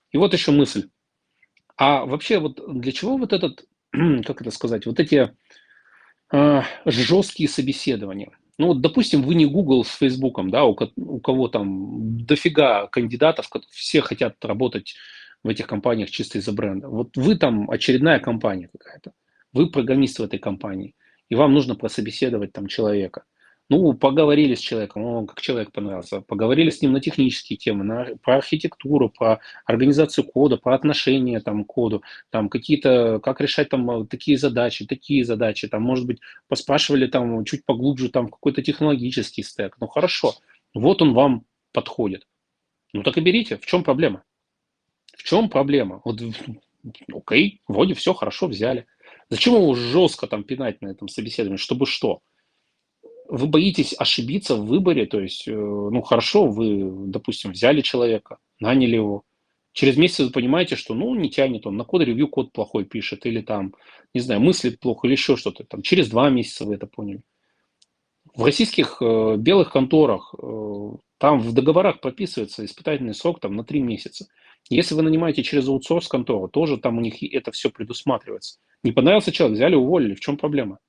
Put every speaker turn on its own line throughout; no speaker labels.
И вот еще мысль. А вообще вот для чего вот этот, как это сказать, вот эти жесткие собеседования? Ну вот, допустим, вы не Google с Фейсбуком, да, у кого там дофига кандидатов, все хотят работать в этих компаниях чисто из-за бренда. Вот вы там очередная компания какая-то, вы программист в этой компании, и вам нужно прособеседовать там человека. Ну, поговорили с человеком, он как человек понравился, поговорили с ним на технические темы, про архитектуру, про организацию кода, про отношения там, к коду, там какие-то, как решать там такие задачи, там, может быть, поспрашивали там чуть поглубже там какой-то технологический стек. Ну, хорошо, вот он вам подходит. Ну, так и берите. В чем проблема? В чем проблема? Вот, окей, вроде все хорошо взяли. Зачем его жестко там пинать на этом собеседовании? Чтобы что? Вы боитесь ошибиться в выборе, то есть, ну хорошо, вы, допустим, взяли человека, наняли его, через месяц вы понимаете, что, ну, не тянет он, на код-ревью код плохой пишет, или там, не знаю, мыслит плохо, или еще что-то, там, через 2 месяца вы это поняли. В российских белых конторах, там в договорах прописывается испытательный срок там на 3 месяца. Если вы нанимаете через аутсорс контору, тоже там у них это все предусматривается. Не понравился человек, взяли, уволили, в чем проблема?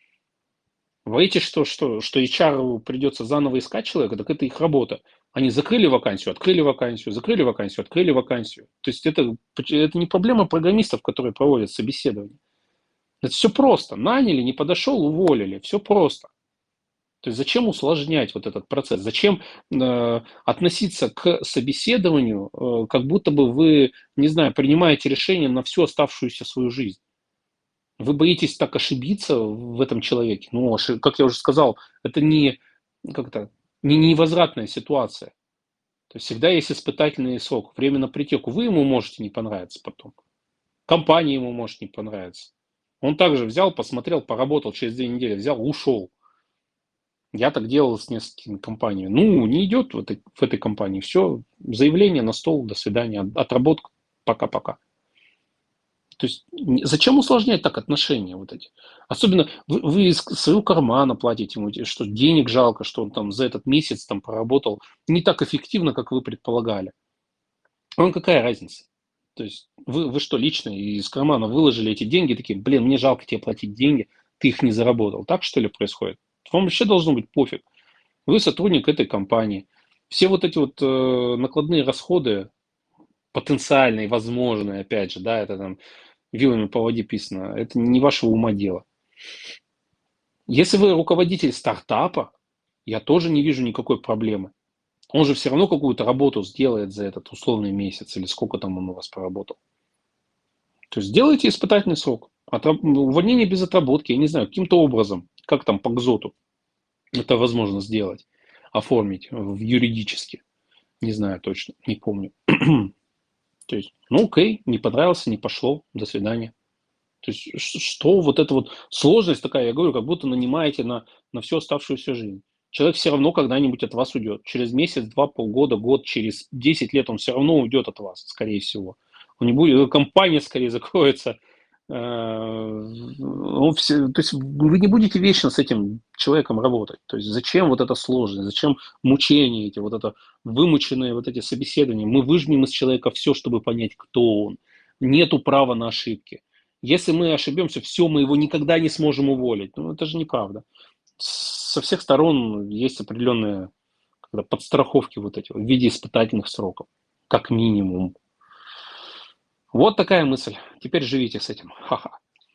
Боитесь, что HR придется заново искать человека, так это их работа. Они закрыли вакансию, открыли вакансию, закрыли вакансию, открыли вакансию. То есть это не проблема программистов, которые проводят собеседование. Это все просто. Наняли, не подошел, уволили. Все просто. То есть зачем усложнять вот этот процесс? Зачем относиться к собеседованию, как будто бы вы, не знаю, принимаете решение на всю оставшуюся свою жизнь? Вы боитесь так ошибиться в этом человеке. Ну, как я уже сказал, это как это, не невозвратная ситуация. То есть всегда есть испытательный срок, время на притеку. Вы ему можете не понравиться потом. Компания ему может не понравиться. Он также взял, посмотрел, поработал, через 2 недели взял, ушел. Я так делал с несколькими компаниями. Ну, не идет в этой компании. Все, заявление на стол, до свидания, отработка, пока-пока. То есть зачем усложнять так отношения вот эти? Особенно вы из своего кармана платите ему, что денег жалко, что он там за этот месяц там поработал не так эффективно, как вы предполагали. Вам какая разница? То есть вы что, лично из кармана выложили эти деньги, такие, блин, мне жалко тебе платить деньги, ты их не заработал. Так что ли происходит? Вам вообще должно быть пофиг. Вы сотрудник этой компании. Все вот эти вот накладные расходы, потенциальные, возможные, опять же, да, это там вилами по воде писано, это не вашего ума дело. Если вы руководитель стартапа, я тоже не вижу никакой проблемы. Он же все равно какую-то работу сделает за этот условный месяц или сколько там он у вас поработал. То есть сделайте испытательный срок. Увольнение без отработки, я не знаю, каким-то образом, как там по ГЗОТу это возможно сделать, оформить юридически. Не знаю точно, не помню. То есть, ну окей, не понравился, не пошло, до свидания. То есть, что вот эта вот сложность такая, я говорю, как будто нанимаете на всю оставшуюся жизнь. Человек все равно когда-нибудь от вас уйдет. Через месяц, два, полгода, год, через 10 лет он все равно уйдет от вас, скорее всего. У него компания скорее закроется. То есть вы не будете вечно с этим человеком работать. То есть зачем вот эта сложность, зачем мучения эти, вот это вымученные вот эти собеседования. Мы выжмем из человека все, чтобы понять, кто он. Нету права на ошибки. Если мы ошибемся, все, мы его никогда не сможем уволить. Ну, это же неправда. Со всех сторон есть определенные подстраховки вот эти в виде испытательных сроков, как минимум. Вот такая мысль. Теперь живите с этим. Ха-ха.